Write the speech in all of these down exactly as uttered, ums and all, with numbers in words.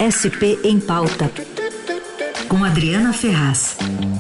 S P em Pauta, com Adriana Ferraz.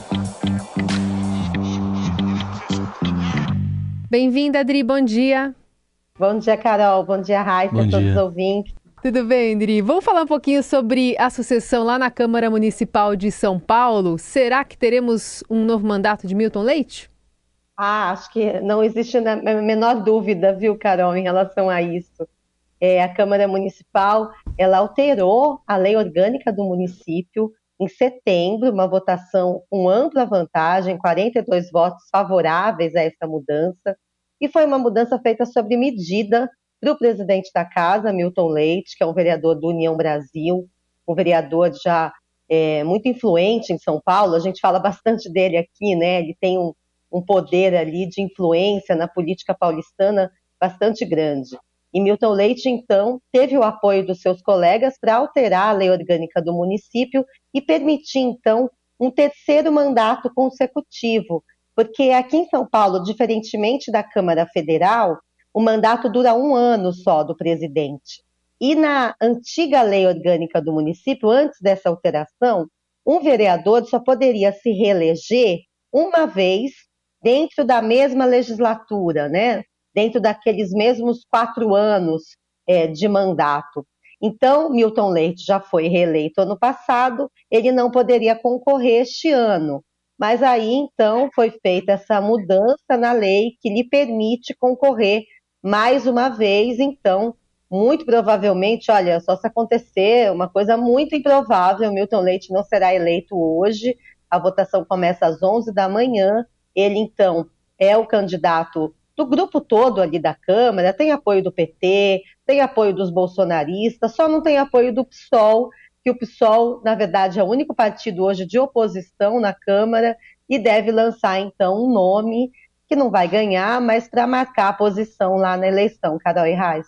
Bem-vinda, Adri, bom dia. Bom dia, Carol, bom dia, Raíssa, a todos os ouvintes. Tudo bem, Adri? Vamos falar um pouquinho sobre a sucessão lá na Câmara Municipal de São Paulo. Será que teremos um novo mandato de Milton Leite? Ah, acho que não existe a menor dúvida, viu, Carol, em relação a isso. É, a Câmara Municipal, ela alterou a lei orgânica do município em setembro, uma votação com ampla vantagem, quarenta e dois votos favoráveis a essa mudança, e foi uma mudança feita sob medida para o presidente da casa, Milton Leite, que é um vereador do União Brasil, um vereador já é, muito influente em São Paulo. A gente fala bastante dele aqui, né? Ele tem um, um poder ali de influência na política paulistana bastante grande. E Milton Leite, então, teve o apoio dos seus colegas para alterar a lei orgânica do município e permitir, então, um terceiro mandato consecutivo, porque aqui em São Paulo, diferentemente da Câmara Federal, o mandato dura um ano só do presidente. E na antiga lei orgânica do município, antes dessa alteração, um vereador só poderia se reeleger uma vez dentro da mesma legislatura, né? Dentro daqueles mesmos quatro anos é, de mandato. Então, Milton Leite já foi reeleito ano passado, ele não poderia concorrer este ano. Mas aí, então, foi feita essa mudança na lei que lhe permite concorrer mais uma vez. Então, muito provavelmente, olha, só se acontecer uma coisa muito improvável, Milton Leite não será eleito hoje, a votação começa às onze da manhã, ele, então, é o candidato do grupo todo ali da Câmara, tem apoio do P T, tem apoio dos bolsonaristas, só não tem apoio do PSOL, que o PSOL, na verdade, é o único partido hoje de oposição na Câmara e deve lançar, então, um nome que não vai ganhar, mas para marcar a posição lá na eleição, Carol e Raíssa.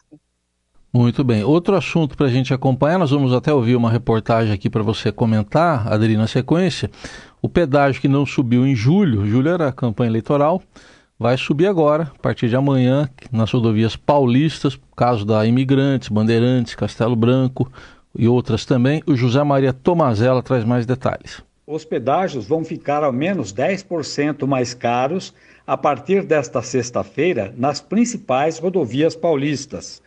Muito bem. Outro assunto para a gente acompanhar, nós vamos até ouvir uma reportagem aqui para você comentar, Adri, na sequência. O pedágio que não subiu em julho, julho era a campanha eleitoral, vai subir agora, a partir de amanhã, nas rodovias paulistas, caso da Imigrantes, Bandeirantes, Castelo Branco e outras também. O José Maria Tomazella traz mais detalhes. Os pedágios vão ficar ao menos dez por cento mais caros a partir desta sexta-feira nas principais rodovias paulistas.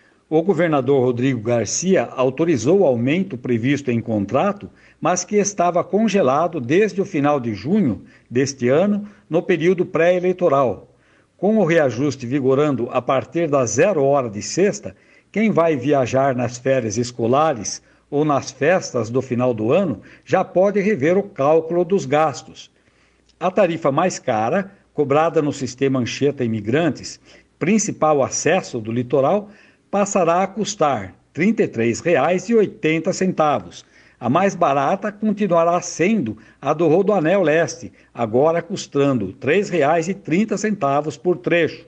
O governador Rodrigo Garcia autorizou o aumento previsto em contrato, mas que estava congelado desde o final de junho deste ano, no período pré-eleitoral. Com o reajuste vigorando a partir da zero hora de sexta, quem vai viajar nas férias escolares ou nas festas do final do ano já pode rever o cálculo dos gastos. A tarifa mais cara, cobrada no sistema Anchieta Imigrantes, principal acesso do litoral, passará a custar trinta e três reais e oitenta centavos. A mais barata continuará sendo a do Rodoanel Leste, agora custando três reais e trinta centavos por trecho.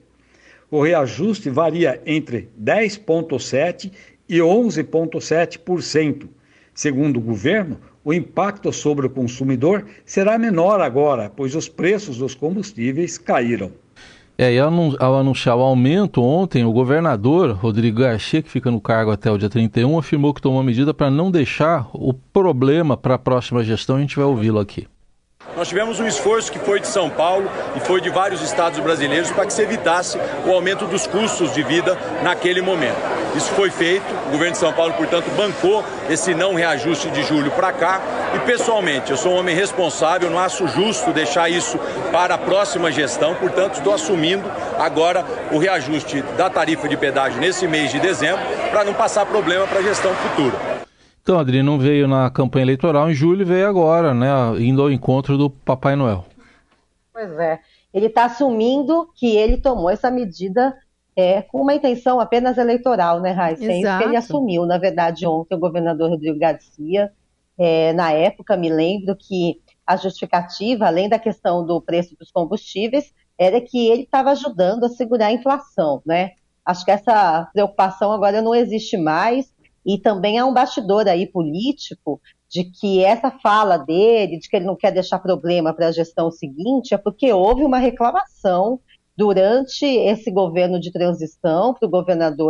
O reajuste varia entre dez vírgula sete por cento e onze vírgula sete por cento. Segundo o governo, o impacto sobre o consumidor será menor agora, pois os preços dos combustíveis caíram. É, e ao anunciar o aumento ontem, o governador Rodrigo Garcia, que fica no cargo até o dia trinta e um, afirmou que tomou medida para não deixar o problema para a próxima gestão. A gente vai ouvi-lo aqui. Nós tivemos um esforço que foi de São Paulo e foi de vários estados brasileiros para que se evitasse o aumento dos custos de vida naquele momento. Isso foi feito, o governo de São Paulo, portanto, bancou esse não reajuste de julho para cá e, pessoalmente, eu sou um homem responsável, não acho justo deixar isso para a próxima gestão, portanto, estou assumindo agora o reajuste da tarifa de pedágio nesse mês de dezembro para não passar problema para a gestão futura. Então, Adri, não veio na campanha eleitoral em julho, veio agora, né, indo ao encontro do Papai Noel. Pois é, ele está assumindo que ele tomou essa medida é, com uma intenção apenas eleitoral, né, Raíssa? É isso que ele assumiu, na verdade, ontem, o governador Rodrigo Garcia. É, na época, me lembro que a justificativa, além da questão do preço dos combustíveis, era que ele estava ajudando a segurar a inflação, né? Acho que essa preocupação agora não existe mais. E também há um bastidor aí político de que essa fala dele, de que ele não quer deixar problema para a gestão seguinte, é porque houve uma reclamação durante esse governo de transição para o governador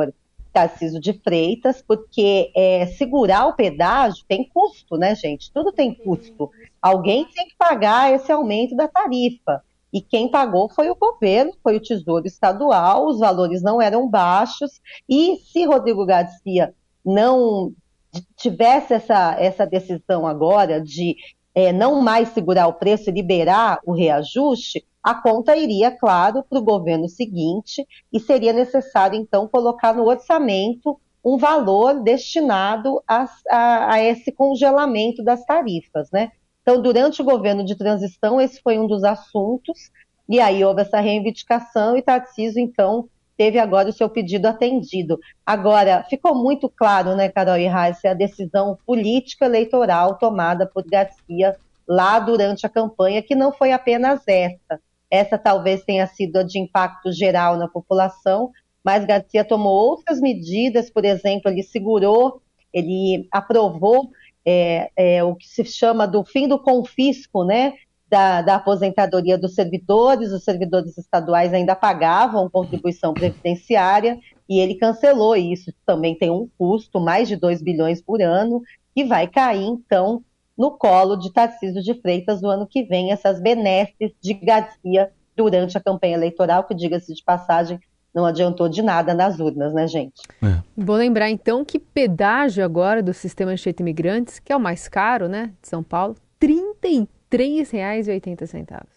Tarcísio de Freitas, porque é, segurar o pedágio tem custo, né, gente? Tudo tem custo. Alguém tem que pagar esse aumento da tarifa. E quem pagou foi o governo, foi o Tesouro Estadual, os valores não eram baixos. E se Rodrigo Garcia não tivesse essa, essa decisão agora de é, não mais segurar o preço e liberar o reajuste, a conta iria, claro, para o governo seguinte e seria necessário, então, colocar no orçamento um valor destinado a, a, a esse congelamento das tarifas, né? Então, durante o governo de transição, esse foi um dos assuntos, e aí houve essa reivindicação e Tarcísio, então, teve agora o seu pedido atendido. Agora, ficou muito claro, né, Carol e Raíssa, a decisão política eleitoral tomada por Garcia lá durante a campanha, que não foi apenas essa. Essa talvez tenha sido a de impacto geral na população, mas Garcia tomou outras medidas, por exemplo, ele segurou, ele aprovou é, é, o que se chama do fim do confisco, né, da, da aposentadoria dos servidores. Os servidores estaduais ainda pagavam contribuição previdenciária e ele cancelou isso. Também tem um custo, mais de dois bilhões por ano, que vai cair, então, no colo de Tarcísio de Freitas no ano que vem, essas benesses de Garcia durante a campanha eleitoral, que, diga-se de passagem, não adiantou de nada nas urnas, né, gente? É. Vou lembrar, então, que pedágio agora do sistema Anchieta Imigrantes, que é o mais caro, né, de São Paulo, trinta e três reais e oitenta centavos.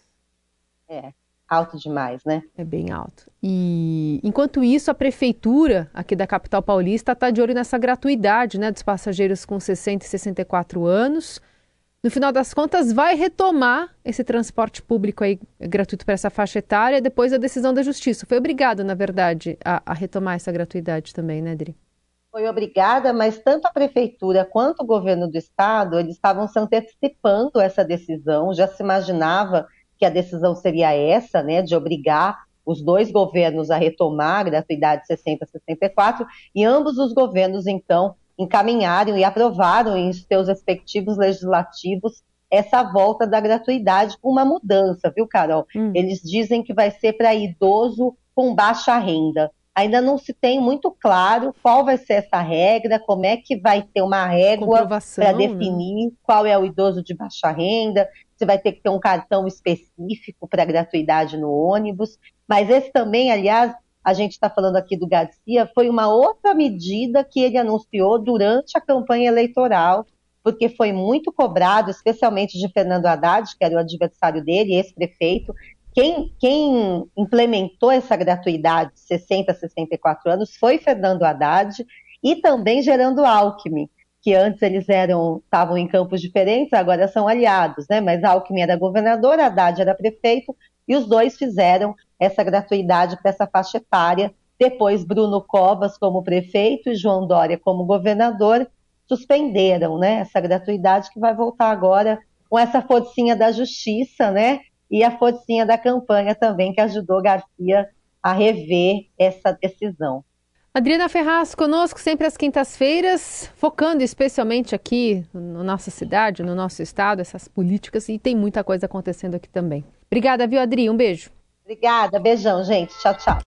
É, alto demais, né? É bem alto. E, enquanto isso, a prefeitura aqui da capital paulista está de olho nessa gratuidade, né, dos passageiros com sessenta e sessenta e quatro anos. No final das contas, vai retomar esse transporte público aí gratuito para essa faixa etária depois da decisão da Justiça. Foi obrigado, na verdade, a, a retomar essa gratuidade também, né, Adri? Foi obrigada, mas tanto a prefeitura quanto o governo do estado, eles estavam se antecipando essa decisão, já se imaginava que a decisão seria essa, né, de obrigar os dois governos a retomar a gratuidade sessenta a sessenta e quatro, e ambos os governos, então, encaminharam e aprovaram em seus respectivos legislativos essa volta da gratuidade com uma mudança, viu, Carol? Hum. Eles dizem que vai ser para idoso com baixa renda. Ainda não se tem muito claro qual vai ser essa regra, como é que vai ter uma régua para definir, né, qual é o idoso de baixa renda, se vai ter que ter um cartão específico para gratuidade no ônibus. Mas esse também, aliás, a gente está falando aqui do Garcia, foi uma outra medida que ele anunciou durante a campanha eleitoral, porque foi muito cobrado, especialmente de Fernando Haddad, que era o adversário dele, ex-prefeito. Quem, quem implementou essa gratuidade de sessenta a sessenta e quatro anos foi Fernando Haddad e também Gerando Alckmin, que antes eles eram, estavam em campos diferentes, agora são aliados, né? Mas Alckmin era governador, Haddad era prefeito, e os dois fizeram essa gratuidade para essa faixa etária. Depois, Bruno Covas como prefeito e João Dória como governador suspenderam, né, essa gratuidade, que vai voltar agora com essa forcinha da justiça, né, e a forcinha da campanha também, que ajudou Garcia a rever essa decisão. Adriana Ferraz conosco sempre às quintas-feiras, focando especialmente aqui na nossa cidade, no nosso estado, essas políticas, e tem muita coisa acontecendo aqui também. Obrigada, viu, Adri? Um beijo. Obrigada, beijão, gente. Tchau, tchau.